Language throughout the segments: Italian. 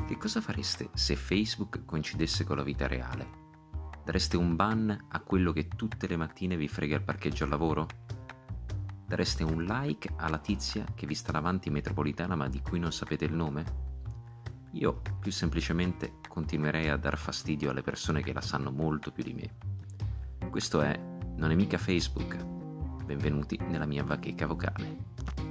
Che cosa fareste se Facebook coincidesse con la vita reale? Dareste un ban a quello che tutte le mattine vi frega il parcheggio al lavoro? Dareste un like alla tizia che vi sta davanti in metropolitana ma di cui non sapete il nome? Io più semplicemente continuerei a dar fastidio alle persone che la sanno molto più di me. Questo è Non è mica Facebook. Benvenuti nella mia bacheca vocale.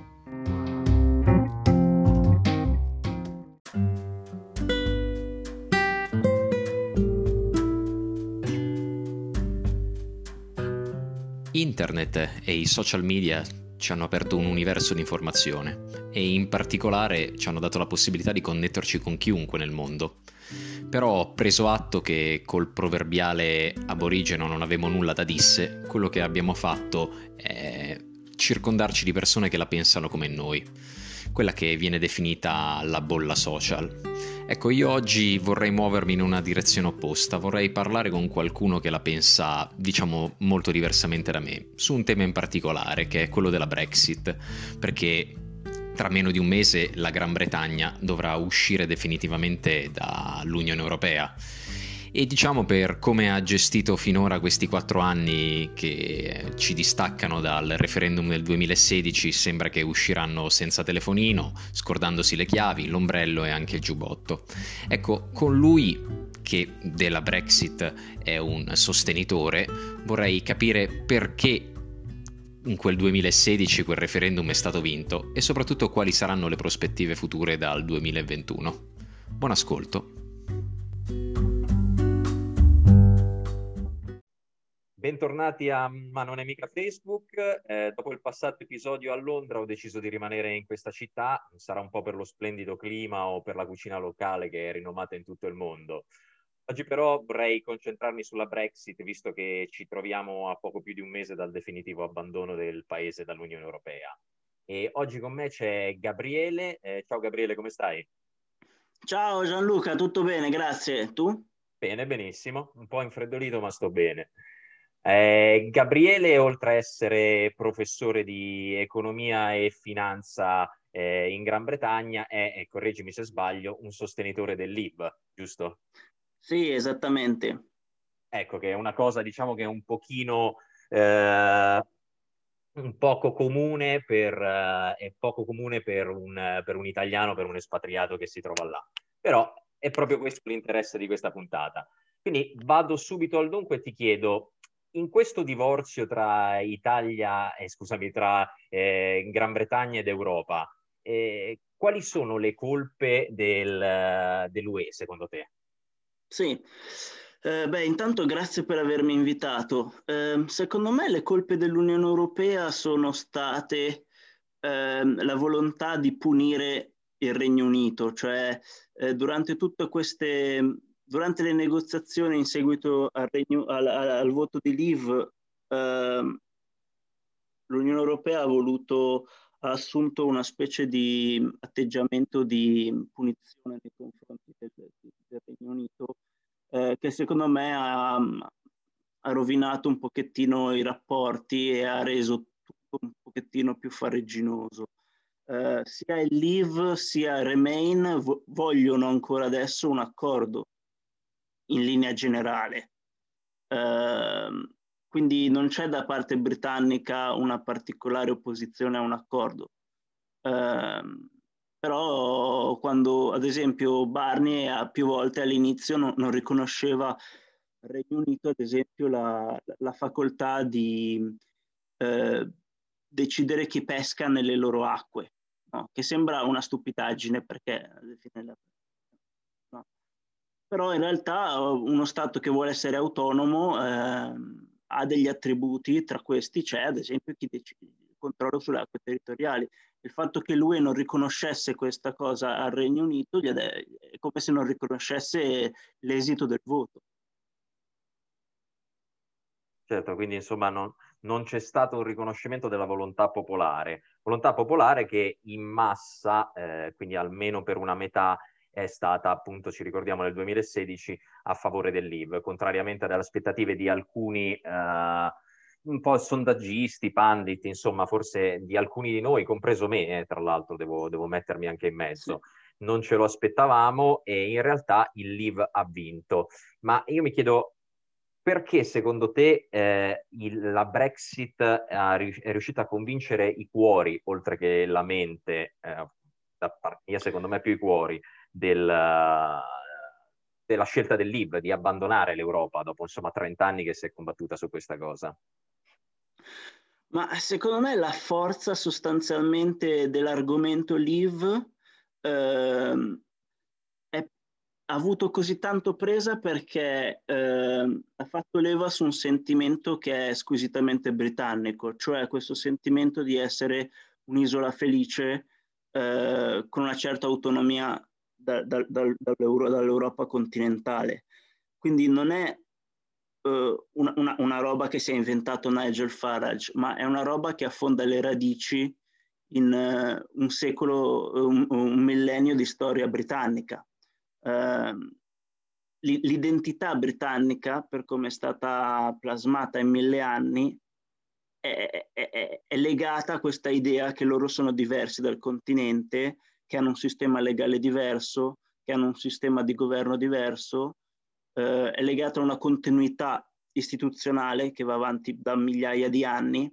Internet e i social media ci hanno aperto un universo di informazione e in particolare ci hanno dato la possibilità di connetterci con chiunque nel mondo. Però ho preso atto che col proverbiale aborigeno non avevo nulla da disse, quello che abbiamo fatto è circondarci di persone che la pensano come noi, quella che viene definita la bolla social. Ecco, io oggi vorrei muovermi in una direzione opposta, vorrei parlare con qualcuno che la pensa, diciamo, molto diversamente da me, su un tema in particolare, che è quello della Brexit, perché tra meno di un mese la Gran Bretagna dovrà uscire definitivamente dall'Unione Europea. E diciamo, per come ha gestito finora questi 4 anni che ci distaccano dal referendum del 2016, sembra che usciranno senza telefonino, scordandosi le chiavi, l'ombrello e anche il giubbotto. Ecco, con lui, che della Brexit è un sostenitore, vorrei capire perché in quel 2016 quel referendum è stato vinto e soprattutto quali saranno le prospettive future dal 2021. Buon ascolto. Bentornati a Ma non è mica Facebook. Dopo il passato episodio a Londra ho deciso di rimanere in questa città, sarà un po' per lo splendido clima o per la cucina locale che è rinomata in tutto il mondo. Oggi però vorrei concentrarmi sulla Brexit, visto che ci troviamo a poco più di un mese dal definitivo abbandono del paese dall'Unione Europea. E oggi con me c'è Gabriele. Ciao Gabriele, come stai? Ciao Gianluca, tutto bene, grazie. Tu? Bene, benissimo, un po' infreddolito ma sto bene. Gabriele, oltre a essere professore di economia e finanza in Gran Bretagna, è, correggimi se sbaglio, un sostenitore del Leave, giusto? Sì, esattamente. Ecco, che è una cosa, diciamo, che è eh, un poco comune è poco comune per un italiano, per un espatriato che si trova là. Però è proprio questo l'interesse di questa puntata. Quindi vado subito al dunque e ti chiedo, in questo divorzio tra tra Gran Bretagna ed Europa, quali sono le colpe dell'UE secondo te? Sì. Intanto grazie per avermi invitato. Secondo me le colpe dell'Unione Europea sono state la volontà di punire il Regno Unito, cioè durante le negoziazioni in seguito al voto di Leave, l'Unione Europea ha assunto una specie di atteggiamento di punizione nei confronti del Regno Unito, che secondo me ha rovinato un pochettino i rapporti e ha reso tutto un pochettino più farraginoso. Sia il Leave sia il Remain vogliono ancora adesso un accordo in linea generale. Quindi non c'è da parte britannica una particolare opposizione a un accordo. Però quando, ad esempio, Barnier più volte all'inizio non riconosceva al Regno Unito, ad esempio, la facoltà di decidere chi pesca nelle loro acque, no? Che sembra una stupidaggine perché no. Però in realtà uno Stato che vuole essere autonomo ha degli attributi, tra questi c'è ad esempio chi decide il controllo sulle acque territoriali. Il fatto che l'UE non riconoscesse questa cosa al Regno Unito è come se non riconoscesse l'esito del voto. Certo, quindi insomma non c'è stato un riconoscimento della volontà popolare che in massa, quindi almeno per una metà, è stata appunto, ci ricordiamo, nel 2016 a favore del Leave, contrariamente alle aspettative di alcuni un po' sondaggisti, pandit, insomma, forse di alcuni di noi, compreso me, tra l'altro devo mettermi anche in mezzo. Sì. non ce lo aspettavamo e in realtà il Leave ha vinto. Ma io mi chiedo, perché secondo te la Brexit è riuscita a convincere i cuori, oltre che la mente, da parte mia secondo me più i cuori, della scelta del Leave di abbandonare l'Europa dopo insomma 30 anni che si è combattuta su questa cosa? Ma secondo me la forza sostanzialmente dell'argomento Leave ha avuto così tanto presa perché ha fatto leva su un sentimento che è squisitamente britannico, cioè questo sentimento di essere un'isola felice con una certa autonomia dall'Europa continentale. Quindi non è una roba che si è inventato Nigel Farage, ma è una roba che affonda le radici in un secolo, un millennio di storia britannica. L'identità britannica, per come è stata plasmata in 1000 anni, è legata a questa idea che loro sono diversi dal continente, che hanno un sistema legale diverso, che hanno un sistema di governo diverso, è legata a una continuità istituzionale che va avanti da migliaia di anni,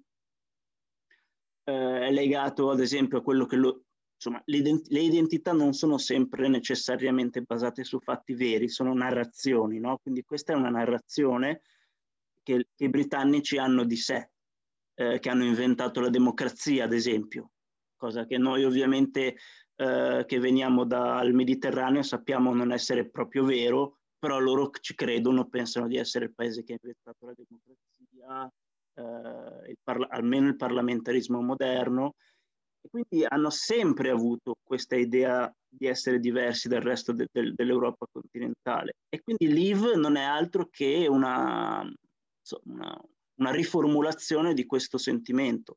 è legato ad esempio a quello che insomma, le identità non sono sempre necessariamente basate su fatti veri, sono narrazioni, no? Quindi questa è una narrazione che i britannici hanno di sé, che hanno inventato la democrazia, ad esempio, cosa che noi ovviamente che veniamo dal Mediterraneo sappiamo non essere proprio vero, però loro ci credono, pensano di essere il paese che ha inventato la democrazia, almeno il parlamentarismo moderno, e quindi hanno sempre avuto questa idea di essere diversi dal resto dell'Europa continentale. E quindi Leave non è altro che una riformulazione di questo sentimento.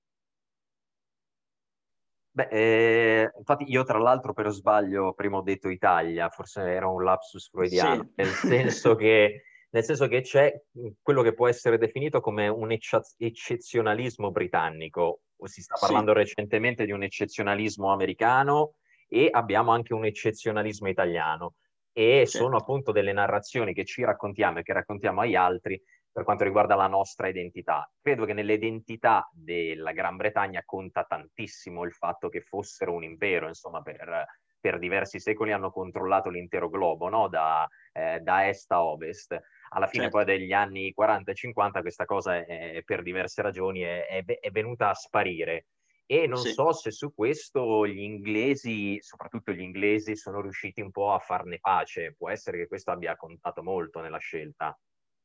Beh, infatti io tra l'altro per sbaglio prima ho detto Italia, forse era un lapsus freudiano, Sì. nel senso che c'è quello che può essere definito come un eccezionalismo britannico, o si sta Sì, parlando recentemente di un eccezionalismo americano e abbiamo anche un eccezionalismo italiano e sono certo. appunto delle narrazioni che ci raccontiamo e che raccontiamo agli altri per quanto riguarda la nostra identità. Credo che nell'identità della Gran Bretagna conta tantissimo il fatto che fossero un impero, insomma, per diversi secoli hanno controllato l'intero globo, no? Da est a ovest. Alla fine poi Certo. degli anni 40 e 50 questa cosa per diverse ragioni è venuta a sparire. E non Sì. so se su questo gli inglesi, soprattutto gli inglesi, sono riusciti un po' a farne pace. Può essere che questo abbia contato molto nella scelta.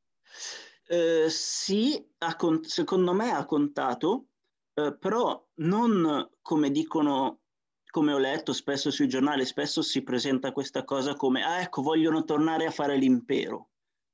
Sì, secondo me ha contato, però non come dicono, come ho letto spesso sui giornali, spesso si presenta questa cosa come, ah ecco, vogliono tornare a fare l'impero,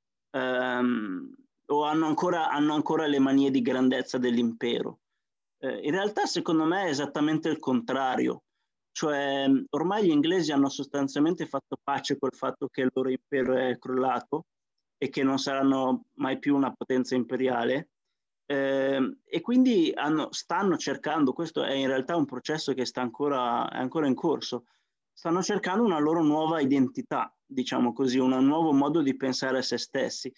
o hanno ancora le manie di grandezza dell'impero. In realtà secondo me è esattamente il contrario, cioè ormai gli inglesi hanno sostanzialmente fatto pace col fatto che il loro impero è crollato e che non saranno mai più una potenza imperiale, e quindi stanno cercando, questo è in realtà un processo che è ancora in corso, stanno cercando una loro nuova identità, diciamo così, un nuovo modo di pensare a se stessi.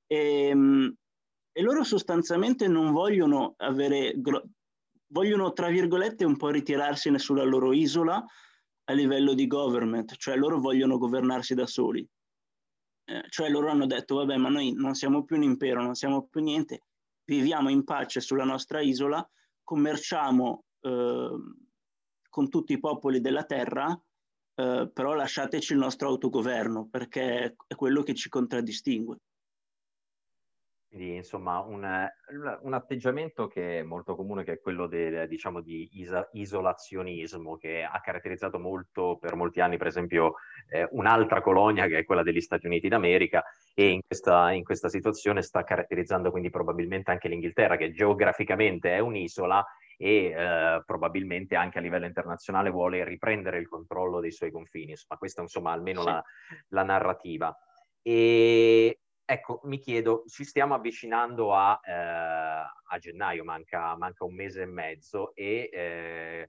E loro sostanzialmente non vogliono vogliono, tra virgolette, un po' ritirarsene sulla loro isola a livello di government, cioè loro vogliono governarsi da soli. Cioè loro hanno detto, vabbè, ma noi non siamo più un impero, non siamo più niente, viviamo in pace sulla nostra isola, commerciamo con tutti i popoli della terra, però lasciateci il nostro autogoverno, perché è quello che ci contraddistingue. Quindi, insomma, un atteggiamento che è molto comune, che è quello diciamo, di isolazionismo, che ha caratterizzato molto, per molti anni, per esempio, un'altra colonia che è quella degli Stati Uniti d'America, e Certo. in questa situazione sta caratterizzando quindi probabilmente anche l'Inghilterra, che geograficamente è un'isola e probabilmente anche a livello internazionale vuole riprendere il controllo dei suoi confini. Insomma, questa è insomma almeno Sì. la narrativa. E ecco, mi chiedo, ci stiamo avvicinando a gennaio, manca un mese e mezzo e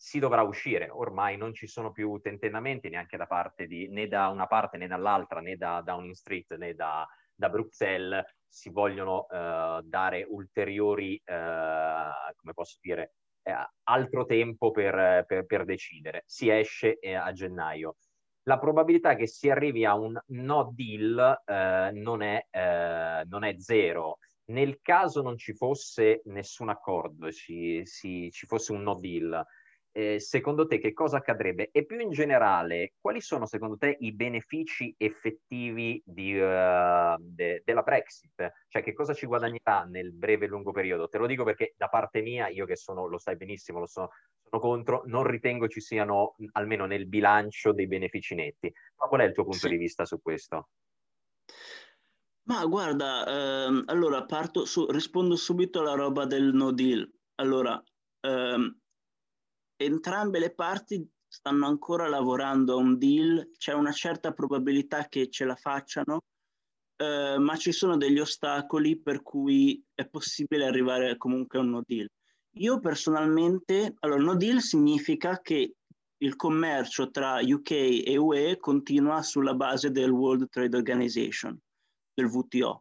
si dovrà uscire. Ormai non ci sono più tentennamenti neanche da parte né da una parte né dall'altra, né da Downing Street né da Bruxelles. Si vogliono dare ulteriori, come posso dire, altro tempo per decidere. Si esce a gennaio. La probabilità che si arrivi a un no deal non è zero. Nel caso non ci fosse nessun accordo, ci fosse un no deal, secondo te che cosa accadrebbe? E più in generale, quali sono secondo te i benefici effettivi della Brexit? Cioè che cosa ci guadagnerà nel breve e lungo periodo? Te lo dico perché da parte mia, io che lo sai benissimo, sono contro, non ritengo ci siano, almeno nel bilancio, dei benefici netti. Ma qual è il tuo punto di vista su questo? Ma guarda, allora rispondo subito alla roba del no deal. Allora, entrambe le parti stanno ancora lavorando a un deal, c'è una certa probabilità che ce la facciano, ma ci sono degli ostacoli per cui è possibile arrivare comunque a un no deal. Io personalmente, allora, no deal significa che il commercio tra UK e UE continua sulla base del World Trade Organization, del WTO.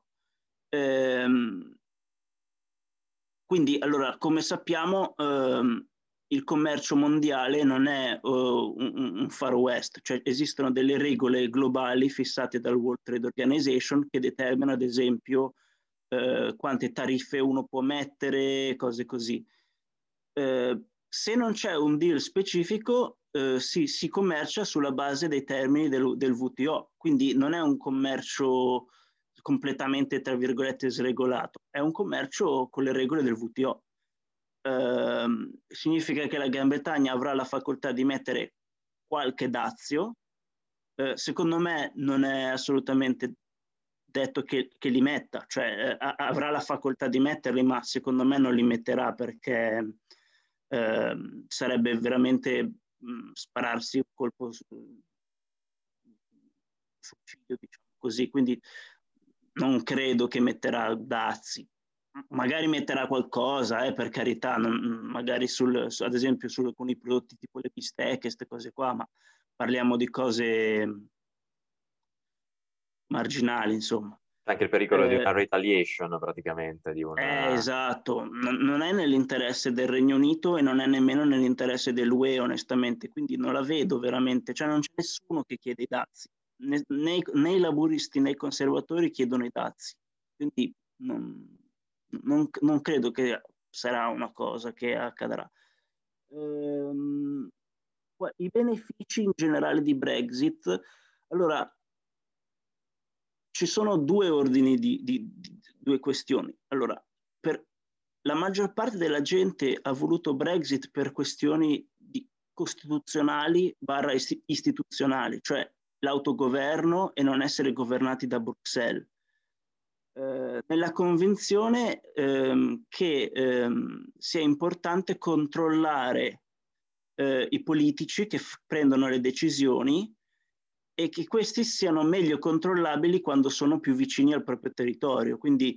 Quindi, allora, come sappiamo, il commercio mondiale non è un Far West, cioè esistono delle regole globali fissate dal World Trade Organization che determinano, ad esempio, quante tariffe uno può mettere, cose così. Se non c'è un deal specifico, si commercia sulla base dei termini del WTO, quindi non è un commercio completamente, tra virgolette, sregolato, è un commercio con le regole del WTO. Significa che la Gran Bretagna avrà la facoltà di mettere qualche dazio. Secondo me non è assolutamente detto che li metta, cioè avrà la facoltà di metterli, ma secondo me non li metterà perché sarebbe veramente spararsi un colpo sul figlio, diciamo così, quindi non credo che metterà dazi. Magari metterà qualcosa, per carità, magari ad esempio su alcuni prodotti tipo le bistecche, queste cose qua, ma parliamo di cose marginali, insomma. Anche il pericolo di una retaliation, praticamente. Esatto, non è nell'interesse del Regno Unito e non è nemmeno nell'interesse dell'UE, onestamente, quindi non la vedo veramente, cioè non c'è nessuno che chiede i dazi, né i laburisti né i conservatori chiedono i dazi, quindi non credo che sarà una cosa che accadrà. I benefici in generale di Brexit, allora ci sono due ordini di due questioni. Allora, la maggior parte della gente ha voluto Brexit per questioni costituzionali / istituzionali, cioè l'autogoverno e non essere governati da Bruxelles. Nella convinzione che sia importante controllare i politici che prendono le decisioni e che questi siano meglio controllabili quando sono più vicini al proprio territorio. Quindi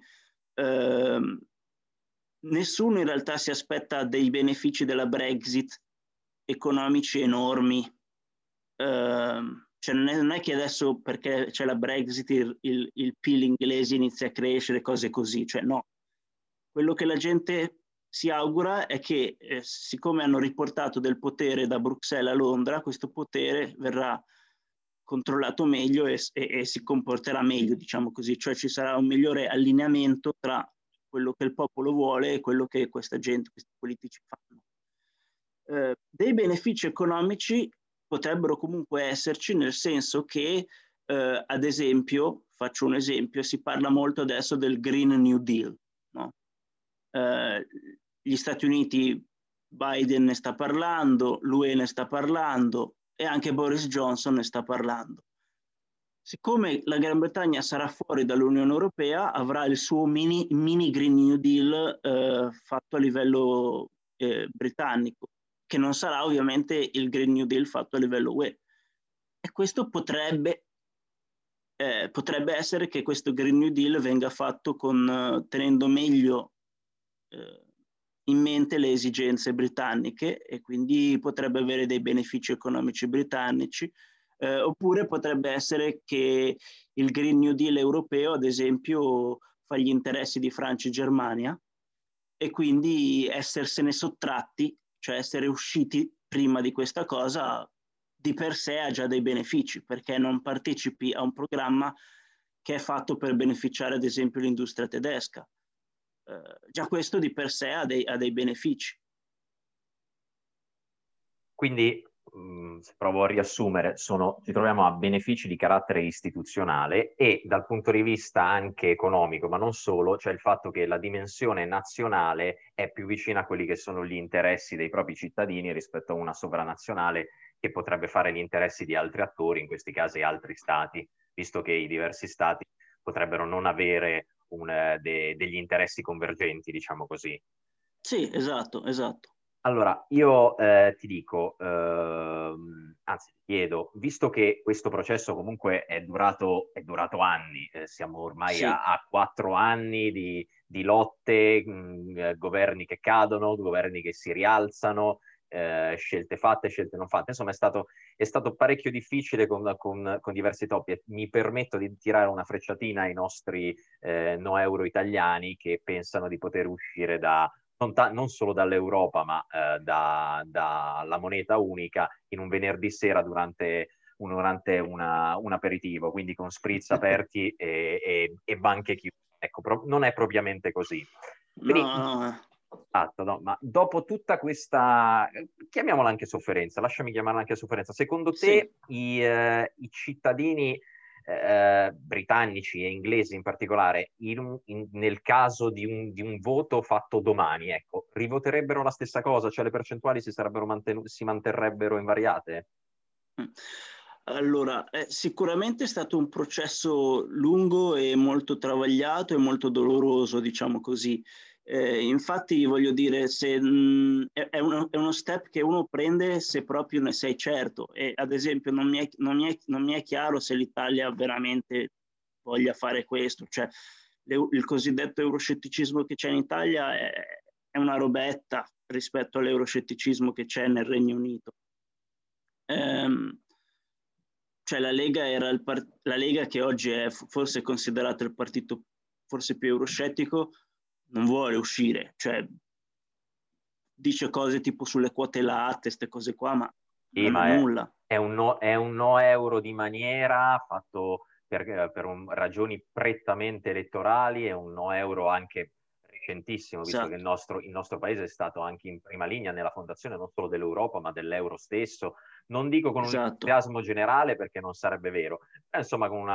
nessuno in realtà si aspetta dei benefici della Brexit economici enormi. Cioè non è che adesso perché c'è la Brexit il PIL inglese inizia a crescere, cose così, cioè no. Quello che la gente si augura è che siccome hanno riportato del potere da Bruxelles a Londra, questo potere verrà controllato meglio e si comporterà meglio, diciamo così, cioè ci sarà un migliore allineamento tra quello che il popolo vuole e quello che questi politici fanno. Dei benefici economici potrebbero comunque esserci, nel senso che, ad esempio, faccio un esempio, si parla molto adesso del Green New Deal, no? Gli Stati Uniti, Biden ne sta parlando, l'UE ne sta parlando e anche Boris Johnson ne sta parlando. Siccome la Gran Bretagna sarà fuori dall'Unione Europea, avrà il suo mini Green New Deal fatto a livello britannico, che non sarà ovviamente il Green New Deal fatto a livello UE. E questo potrebbe essere che questo Green New Deal venga fatto tenendo meglio in mente le esigenze britanniche e quindi potrebbe avere dei benefici economici britannici, oppure potrebbe essere che il Green New Deal europeo, ad esempio, fa gli interessi di Francia e Germania e quindi essersene sottratti, cioè essere usciti prima di questa cosa, di per sé ha già dei benefici, perché non partecipi a un programma che è fatto per beneficiare, ad esempio, l'industria tedesca. Già questo di per sé ha dei benefici. Quindi, se provo a riassumere, ci troviamo a benefici di carattere istituzionale e dal punto di vista anche economico, ma non solo, c'è il fatto che la dimensione nazionale è più vicina a quelli che sono gli interessi dei propri cittadini rispetto a una sovranazionale che potrebbe fare gli interessi di altri attori, in questi casi altri stati, visto che i diversi stati potrebbero non avere degli interessi convergenti, diciamo così. Sì, esatto, esatto. Allora, io ti dico, anzi ti chiedo, visto che questo processo comunque è durato anni, siamo ormai Sì. a 4 anni di lotte, governi che cadono, governi che si rialzano, scelte fatte, scelte non fatte, insomma è stato parecchio difficile con diversi toppi. Mi permetto di tirare una frecciatina ai nostri no euro italiani che pensano di poter uscire non solo dall'Europa, ma dalla moneta unica in un venerdì sera durante un aperitivo, quindi con spritz aperti e banche chiuse. Ecco, non è propriamente così. Quindi, No. esatto, no, ma dopo tutta questa, chiamiamola anche sofferenza, lasciami chiamarla anche sofferenza, secondo Sì. te i cittadini britannici e inglesi in particolare, nel caso di un voto fatto domani, ecco, rivoterebbero la stessa cosa? Cioè le percentuali si manterrebbero invariate? Allora, sicuramente è stato un processo lungo e molto travagliato e molto doloroso, diciamo così. Infatti, voglio dire, è uno step che uno prende se proprio ne sei certo. E, ad esempio, non mi è chiaro se l'Italia veramente voglia fare questo. Cioè, il cosiddetto euroscetticismo che c'è in Italia è una robetta rispetto all'euroscetticismo che c'è nel Regno Unito. Cioè la Lega la Lega che oggi è forse considerato il partito forse più euroscettico, non vuole uscire, cioè dice cose tipo sulle quote latte, queste cose qua, ma Sì, non è ma nulla. è un no euro di maniera fatto ragioni prettamente elettorali, è un no euro anche recentissimo, visto che Esatto, il nostro paese è stato anche in prima linea nella fondazione non solo dell'Europa, ma dell'euro stesso. Non dico con un esatto. entusiasmo generale perché non sarebbe vero, ma insomma con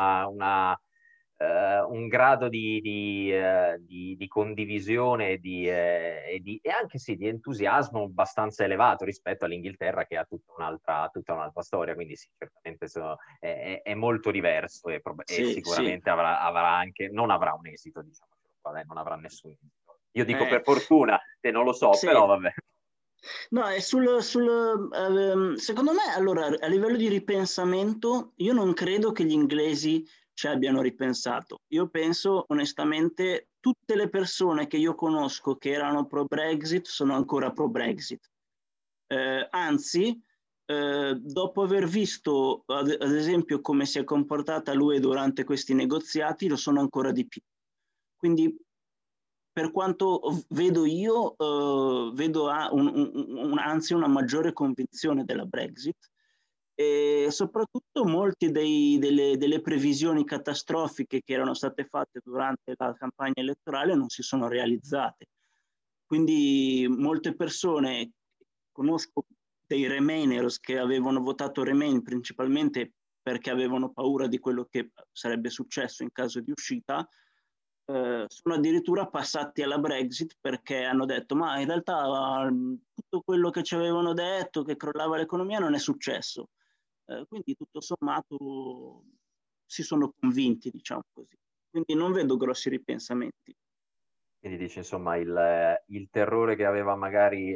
un grado di condivisione e anche sì, di entusiasmo abbastanza elevato rispetto all'Inghilterra che ha tutta un'altra storia, quindi sì, certamente è molto diverso e Sì, sì. sicuramente avrà anche, non avrà un esito, diciamo, non avrà nessun esito. Io dico Eh, per fortuna, non lo so, sì. però vabbè. No, è secondo me, allora, a livello di ripensamento, io non credo che gli inglesi ci abbiano ripensato. Io penso, onestamente, tutte le persone che io conosco che erano pro Brexit sono ancora pro Brexit. Anzi, dopo aver visto, ad esempio, come si è comportata l'UE durante questi negoziati, lo sono ancora di più. Quindi per quanto vedo io, vedo anzi una maggiore convinzione della Brexit e soprattutto molte delle previsioni catastrofiche che erano state fatte durante la campagna elettorale non si sono realizzate. Quindi molte persone, conosco dei Remainers che avevano votato Remain principalmente perché avevano paura di quello che sarebbe successo in caso di uscita, sono addirittura passati alla Brexit perché hanno detto ma in realtà tutto quello che ci avevano detto che crollava l'economia non è successo. Quindi tutto sommato si sono convinti, diciamo così. Quindi non vedo grossi ripensamenti. Quindi dici, insomma, il terrore che aveva magari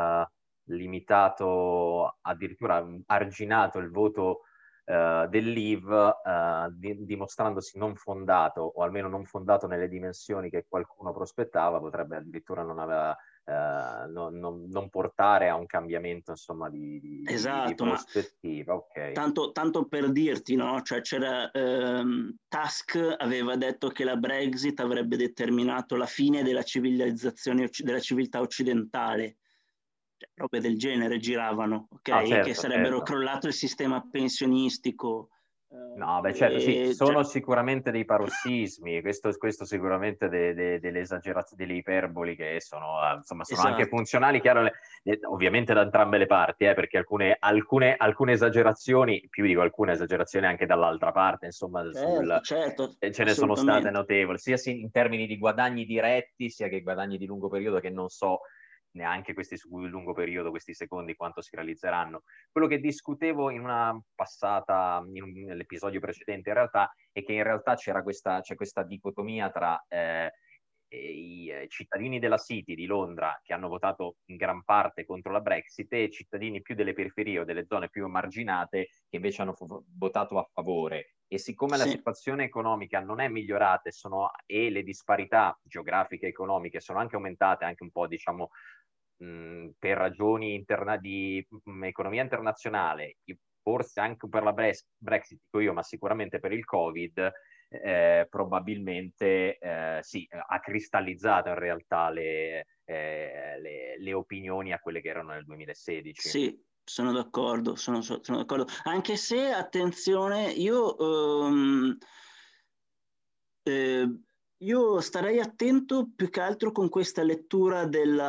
limitato, addirittura arginato il voto del Leave, dimostrandosi non fondato, o almeno non fondato nelle dimensioni che qualcuno prospettava, potrebbe addirittura non aveva non portare a un cambiamento, insomma, di Esatto, ma prospettiva. Ok. tanto per dirti, no? Cioè c'era Tusk aveva detto che la Brexit avrebbe determinato la fine della civilizzazione, della civiltà occidentale. Cioè, robe del genere giravano, ok? No, Che certo, sarebbero certo. crollato il sistema pensionistico. No, beh, certo, sì, Cioè, sono sicuramente dei parossismi, questo sicuramente delle esagerazioni, delle iperboli che sono, insomma, sono anche esatto, funzionali, chiaro, ovviamente da entrambe le parti, perché alcune esagerazioni, più dico alcune esagerazioni anche dall'altra parte, insomma, certo, ce ne sono state assolutamente. notevoli, sia in termini di guadagni diretti, sia che guadagni di lungo periodo, che non so neanche questi su lungo periodo, questi secondi, quanto si realizzeranno. Quello che discutevo in una passata, nell'episodio precedente in realtà, è che in realtà c'è questa dicotomia tra i cittadini della City di Londra, che hanno votato in gran parte contro la Brexit, e cittadini più delle periferie o delle zone più emarginate che invece hanno votato a favore. E siccome la Sì, situazione economica non è migliorata e le disparità geografiche e economiche sono anche aumentate, anche un po', diciamo, per ragioni di economia internazionale, forse anche per la Brexit, dico io, ma sicuramente per il Covid, probabilmente sì, ha cristallizzato in realtà le opinioni a quelle che erano nel 2016. sì, sono d'accordo, sono d'accordo. Anche se, attenzione, eh, io starei attento più che altro con questa lettura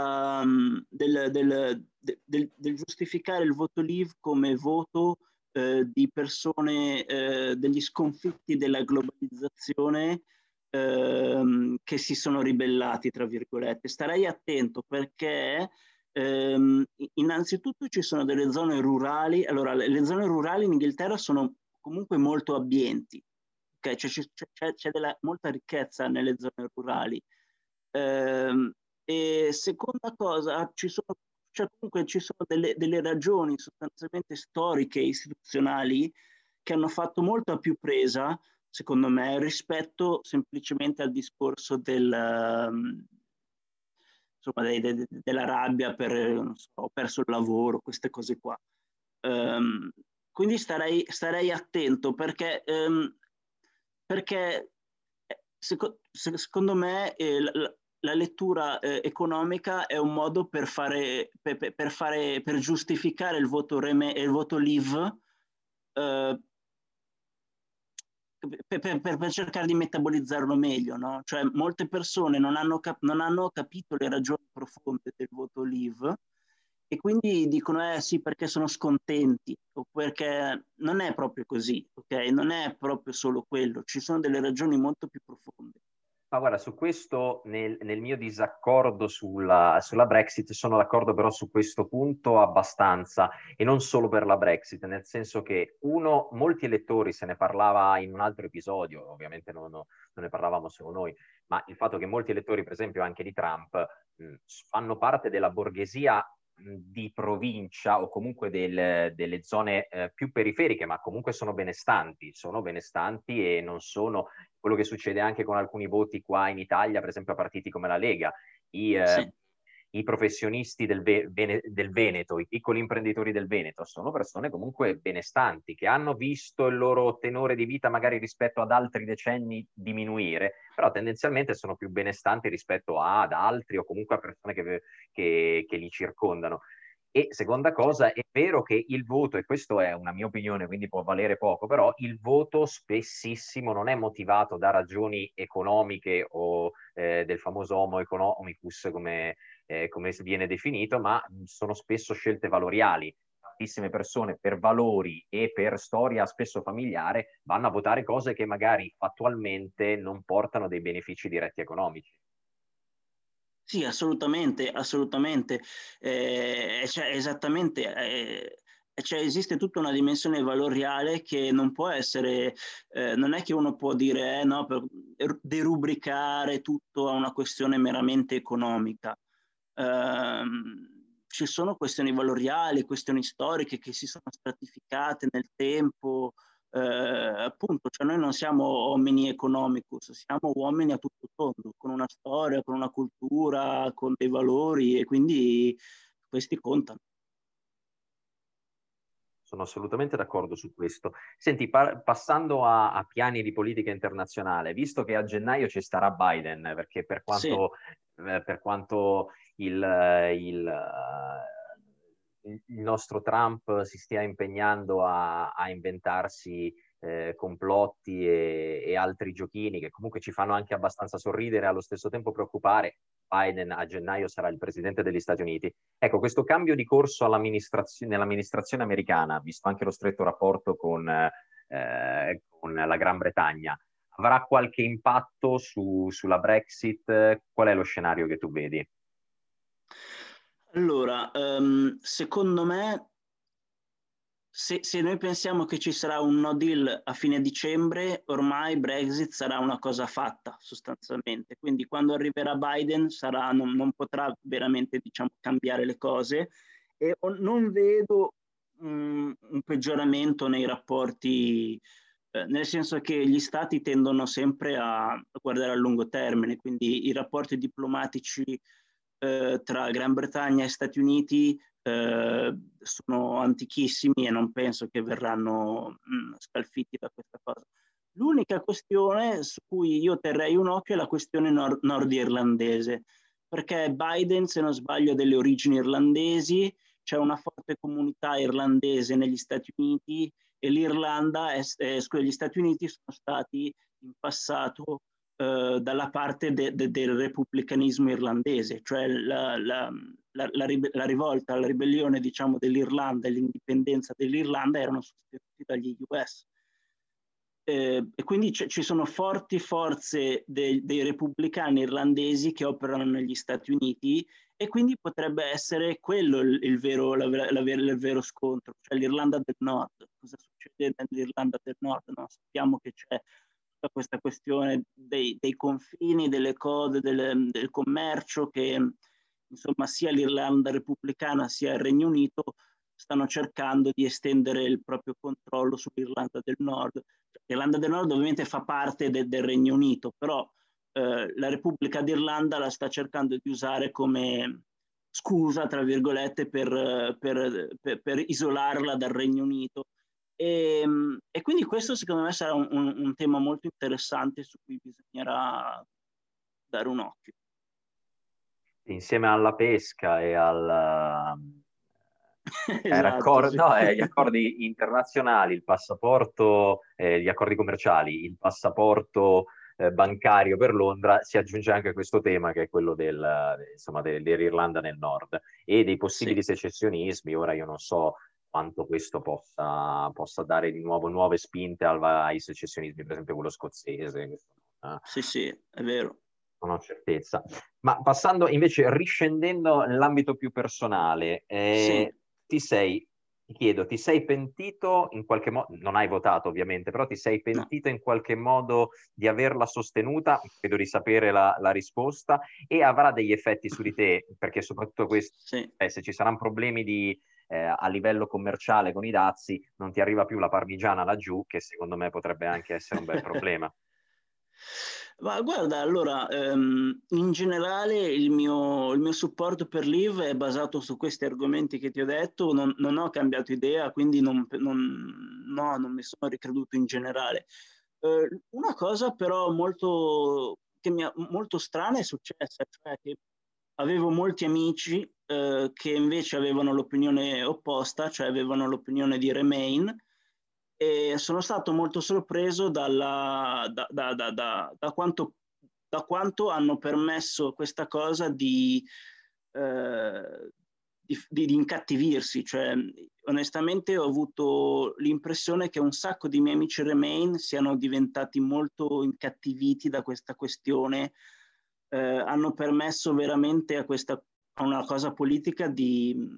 del giustificare il voto Leave come voto di persone, degli sconfitti della globalizzazione che si sono ribellati, tra virgolette. Starei attento perché innanzitutto ci sono delle zone rurali. Allora, le zone rurali in Inghilterra sono comunque molto abbienti. Okay? C'è molta ricchezza nelle zone rurali. E seconda cosa, comunque ci sono delle ragioni sostanzialmente storiche e istituzionali che hanno fatto molta più presa, secondo me, rispetto semplicemente al discorso insomma, della rabbia per, non so, ho perso il lavoro, queste cose qua. Quindi starei attento perché secondo me la lettura economica è un modo per giustificare il voto Leave, eh, per cercare di metabolizzarlo meglio, no? Cioè, molte persone non hanno capito le ragioni profonde del voto Leave e quindi dicono sì, perché sono scontenti, o perché non è proprio così, ok? Non è proprio solo quello, ci sono delle ragioni molto più profonde. Ma guarda, su questo, nel mio disaccordo sulla Brexit, sono d'accordo però su questo punto abbastanza, e non solo per la Brexit, nel senso che, molti elettori, se ne parlava in un altro episodio, ovviamente non ne parlavamo solo noi, ma il fatto che molti elettori, per esempio anche di Trump, fanno parte della borghesia di provincia o comunque delle zone più periferiche, ma comunque sono benestanti e non sono quello che succede anche con alcuni voti qua in Italia, per esempio a partiti come la Lega. I, Sì. eh, i professionisti del Veneto, i piccoli imprenditori del Veneto, sono persone comunque benestanti, che hanno visto il loro tenore di vita magari rispetto ad altri decenni diminuire, però tendenzialmente sono più benestanti rispetto ad altri o comunque a persone che li circondano. E seconda cosa, è vero che il voto, e questa è una mia opinione, quindi può valere poco, però il voto spessissimo non è motivato da ragioni economiche o del famoso homo economicus, come viene definito, ma sono spesso scelte valoriali. Tantissime persone per valori e per storia spesso familiare vanno a votare cose che magari fattualmente non portano dei benefici diretti economici. Sì, assolutamente, assolutamente. Cioè, esattamente, cioè, esiste tutta una dimensione valoriale che non può essere, non è che uno può dire no, per derubricare tutto a una questione meramente economica. Ci sono questioni valoriali, questioni storiche che si sono stratificate nel tempo, appunto, cioè noi non siamo homini economicus, siamo uomini a tutto tondo, con una storia, con una cultura, con dei valori, e quindi questi contano. Sono assolutamente d'accordo su questo. Senti, passando a piani di politica internazionale, visto che a gennaio ci starà Biden, perché Sì. per quanto il nostro Trump si stia impegnando a inventarsi complotti e altri giochini che comunque ci fanno anche abbastanza sorridere e allo stesso tempo preoccupare, Biden a gennaio sarà il presidente degli Stati Uniti. Ecco, questo cambio di corso nell'amministrazione americana, visto anche lo stretto rapporto con la Gran Bretagna, avrà qualche impatto sulla Brexit? Qual è lo scenario che tu vedi? Allora, secondo me, se noi pensiamo che ci sarà un no deal a fine dicembre, ormai Brexit sarà una cosa fatta sostanzialmente. Quindi quando arriverà Biden non potrà veramente, diciamo, cambiare le cose, e non vedo un peggioramento nei rapporti, nel senso che gli stati tendono sempre a guardare a lungo termine, quindi i rapporti diplomatici tra Gran Bretagna e Stati Uniti sono antichissimi e non penso che verranno scalfiti da questa cosa. L'unica questione su cui io terrei un occhio è la questione nord-irlandese, perché Biden, se non sbaglio, ha delle origini irlandesi, c'è una forte comunità irlandese negli Stati Uniti, e gli Stati Uniti sono stati in passato dalla parte del repubblicanismo irlandese, cioè la rivolta, la ribellione, diciamo, dell'Irlanda e l'indipendenza dell'Irlanda erano sostenuti dagli US. E quindi ci sono forti forze dei repubblicani irlandesi che operano negli Stati Uniti, e quindi potrebbe essere quello il vero scontro, cioè l'Irlanda del Nord. Cosa succede nell'Irlanda del Nord? No? Sappiamo che c'è questa questione dei confini, delle code, del commercio, che insomma sia l'Irlanda repubblicana sia il Regno Unito stanno cercando di estendere il proprio controllo sull'Irlanda del Nord. L'Irlanda del Nord ovviamente fa parte del Regno Unito, però la Repubblica d'Irlanda la sta cercando di usare come scusa, tra virgolette, per isolarla dal Regno Unito. E quindi questo secondo me sarà un tema molto interessante su cui bisognerà dare un occhio. Insieme alla pesca e Esatto, sì. agli accordi internazionali, il passaporto, gli accordi commerciali, il passaporto bancario per Londra, si aggiunge anche questo tema che è quello dell'Irlanda nel nord e dei possibili Sì. secessionismi. Ora io non so quanto questo possa dare di nuovo nuove spinte ai secessionismi, per esempio quello scozzese. Sì, sì, è vero. Non ho certezza. Ma passando invece, riscendendo nell'ambito più personale, Sì. ti chiedo, ti sei pentito in qualche modo, non hai votato ovviamente, però ti sei No. pentito in qualche modo di averla sostenuta? Credo di sapere la risposta, e avrà degli effetti su di te, perché soprattutto questo, Sì. se ci saranno problemi a livello commerciale con i dazi, non ti arriva più la parmigiana laggiù, che secondo me potrebbe anche essere un bel problema. Ma guarda, allora, in generale il mio supporto per Liv è basato su questi argomenti che ti ho detto, non ho cambiato idea, quindi no, non mi sono ricreduto in generale. Una cosa però molto strana è successa, cioè che avevo molti amici che invece avevano l'opinione opposta, cioè avevano l'opinione di Remain, e sono stato molto sorpreso da quanto hanno permesso questa cosa di incattivirsi. Cioè, onestamente ho avuto l'impressione che un sacco di miei amici Remain siano diventati molto incattiviti da questa questione, hanno permesso veramente a una cosa politica di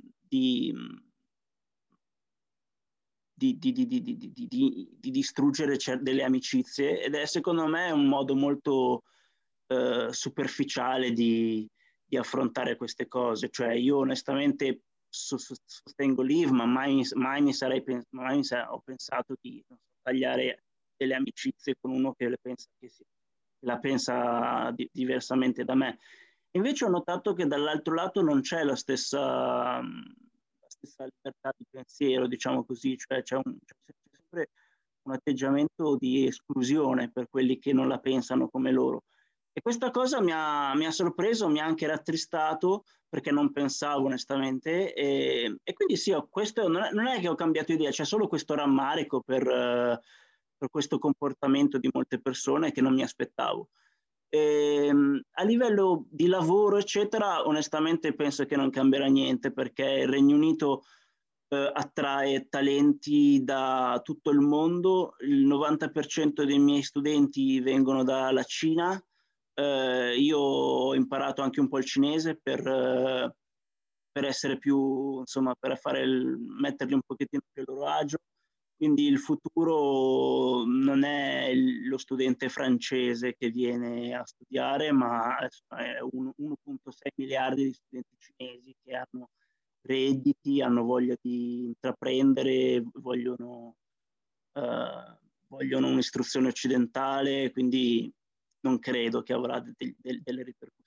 distruggere delle amicizie, ed è secondo me un modo molto superficiale di affrontare queste cose. Cioè io onestamente sostengo Liv, ma mai ho pensato di tagliare delle amicizie con uno che la pensa diversamente da me. Invece ho notato che dall'altro lato non c'è la stessa libertà di pensiero, diciamo così, cioè c'è sempre un atteggiamento di esclusione per quelli che non la pensano come loro. E questa cosa mi ha sorpreso, mi ha anche rattristato, perché non pensavo onestamente, e quindi sì, questo non è che ho cambiato idea, c'è solo questo rammarico per questo comportamento di molte persone che non mi aspettavo. A livello di lavoro, eccetera, onestamente penso che non cambierà niente, perché il Regno Unito attrae talenti da tutto il mondo. Il 90% dei miei studenti vengono dalla Cina. Io ho imparato anche un po' il cinese per essere più, insomma, per metterli un pochettino più a loro agio. Quindi il futuro non è lo studente francese che viene a studiare, ma è 1,6 miliardi di studenti cinesi che hanno redditi, hanno voglia di intraprendere, vogliono un'istruzione occidentale, quindi non credo che avrà delle ripercussioni.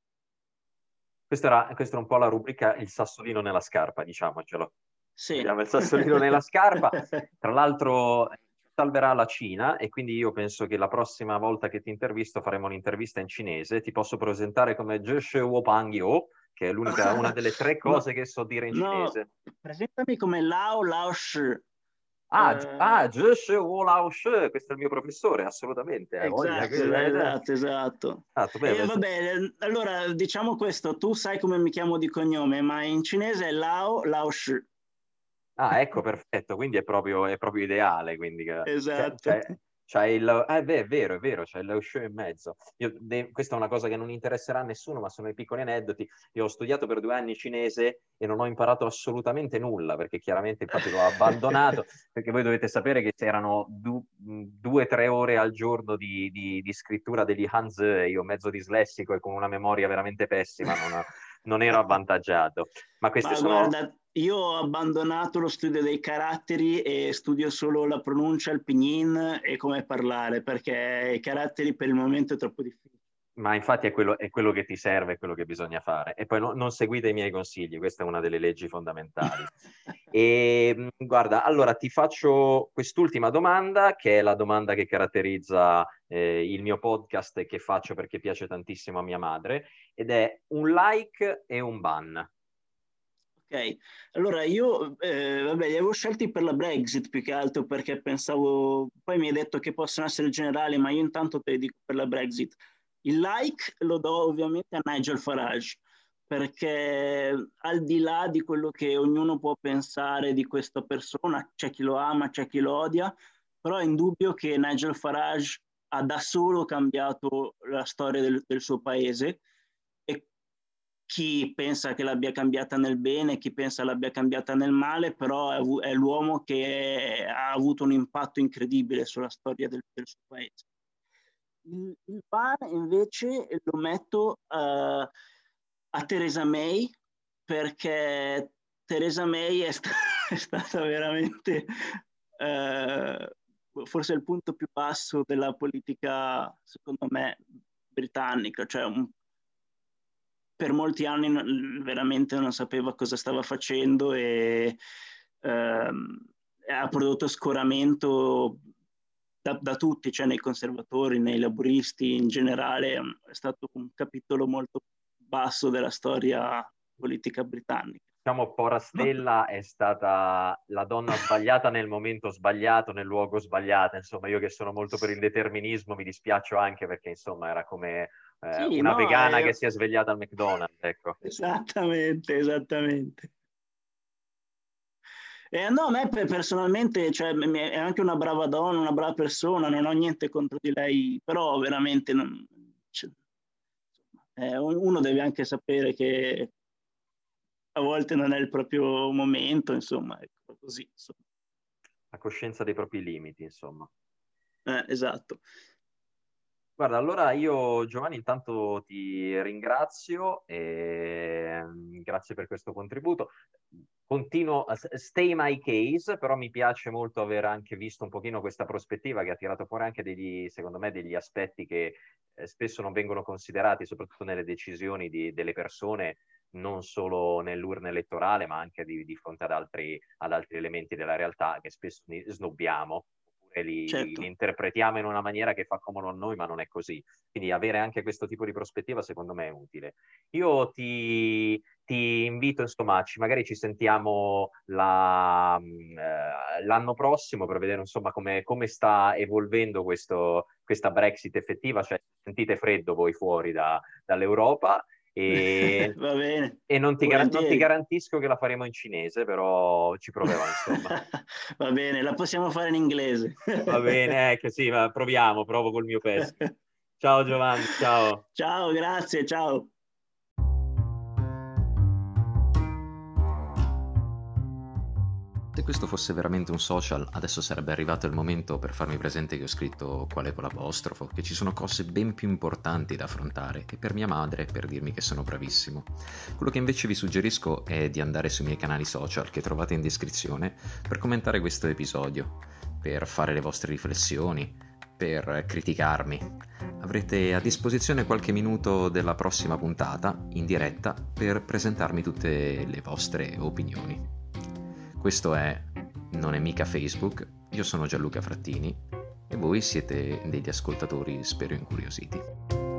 Questa era un po' la rubrica il sassolino nella scarpa, diciamocelo. Sì. Abbiamo il sassolino nella scarpa. Tra l'altro salverà la Cina, e quindi io penso che la prossima volta che ti intervisto faremo un'intervista in cinese. Ti posso presentare come Zhe Shi Wo Pang Yo, che è una delle 3 cose che so dire in cinese. Presentami come Lao Shi. Zhe Shi Wo Lao Shi, questo è il mio professore, assolutamente. Esatto. Vabbè, allora diciamo questo, tu sai come mi chiamo di cognome, ma in cinese è Lao Shi. Ecco, perfetto, quindi è proprio ideale, quindi esatto. c'è è vero, c'è lo show in mezzo. Questa è una cosa che non interesserà a nessuno, ma sono i piccoli aneddoti. Io ho studiato per 2 anni cinese e non ho imparato assolutamente nulla, perché chiaramente infatti l'ho abbandonato, perché voi dovete sapere che c'erano 2-3 ore al giorno di scrittura degli Hanzi, io mezzo dislessico e con una memoria veramente pessima, non ero avvantaggiato. Ma guarda, io ho abbandonato lo studio dei caratteri e studio solo la pronuncia, il pinyin e come parlare, perché i caratteri per il momento è troppo difficile. Ma infatti è quello che ti serve, è quello che bisogna fare. E poi non seguite i miei consigli, questa è una delle leggi fondamentali. E guarda, allora ti faccio quest'ultima domanda, che è la domanda che caratterizza il mio podcast e che faccio perché piace tantissimo a mia madre, ed è un like e un ban. Ok, allora io vabbè, li avevo scelti per la Brexit più che altro, perché pensavo, poi mi hai detto che possono essere generali, ma io intanto te li dico per la Brexit. Il like lo do ovviamente a Nigel Farage, perché al di là di quello che ognuno può pensare di questa persona, c'è chi lo ama, c'è chi lo odia, però è indubbio che Nigel Farage ha da solo cambiato la storia del suo paese, e chi pensa che l'abbia cambiata nel bene, chi pensa l'abbia cambiata nel male, però è l'uomo che ha avuto un impatto incredibile sulla storia del suo paese. Il ban invece lo metto a Theresa May, perché Theresa May è stata veramente forse il punto più basso della politica, secondo me, britannica, cioè per molti anni veramente non sapeva cosa stava facendo e ha prodotto scoramento da tutti, cioè nei conservatori, nei laburisti, in generale è stato un capitolo molto basso della storia politica britannica. Diciamo, Porastella è stata la donna sbagliata nel momento sbagliato, nel luogo sbagliato. Insomma, io che sono molto per il determinismo mi dispiaccio anche perché, insomma, era come una vegana che si è svegliata al McDonald's, ecco. Esattamente. No, a me personalmente, cioè, è anche una brava donna, una brava persona, non ho niente contro di lei, però veramente uno deve anche sapere che a volte non è il proprio momento, insomma, ecco, così. Insomma. La coscienza dei propri limiti, insomma. Esatto. Guarda, allora io Giovanni intanto ti ringrazio e grazie per questo contributo. Continuo a stay my case, però mi piace molto aver anche visto un pochino questa prospettiva che ha tirato fuori anche secondo me, degli aspetti che spesso non vengono considerati, soprattutto nelle decisioni delle persone, non solo nell'urna elettorale, ma anche di fronte ad altri elementi della realtà che spesso snobbiamo. Li interpretiamo in una maniera che fa comodo a noi, ma non è così. Quindi avere anche questo tipo di prospettiva secondo me è utile. Io ti invito, insomma, magari ci sentiamo l'anno prossimo per vedere insomma come sta evolvendo questa Brexit effettiva, cioè sentite freddo voi fuori dall'Europa. E, Va bene. E non ti garantisco che la faremo in cinese, però ci proverò, insomma. Va bene, la possiamo fare in inglese. Va bene, che sì, ma provo col mio pesco. Ciao Giovanni, ciao. Ciao, grazie, ciao. Se questo fosse veramente un social, adesso sarebbe arrivato il momento per farmi presente che ho scritto quale con l'apostrofo, che ci sono cose ben più importanti da affrontare, e per mia madre per dirmi che sono bravissimo. Quello che invece vi suggerisco è di andare sui miei canali social che trovate in descrizione per commentare questo episodio, per fare le vostre riflessioni, per criticarmi. Avrete a disposizione qualche minuto della prossima puntata in diretta per presentarmi tutte le vostre opinioni. Questo Non è mica Facebook, io sono Gianluca Frattini e voi siete degli ascoltatori spero incuriositi.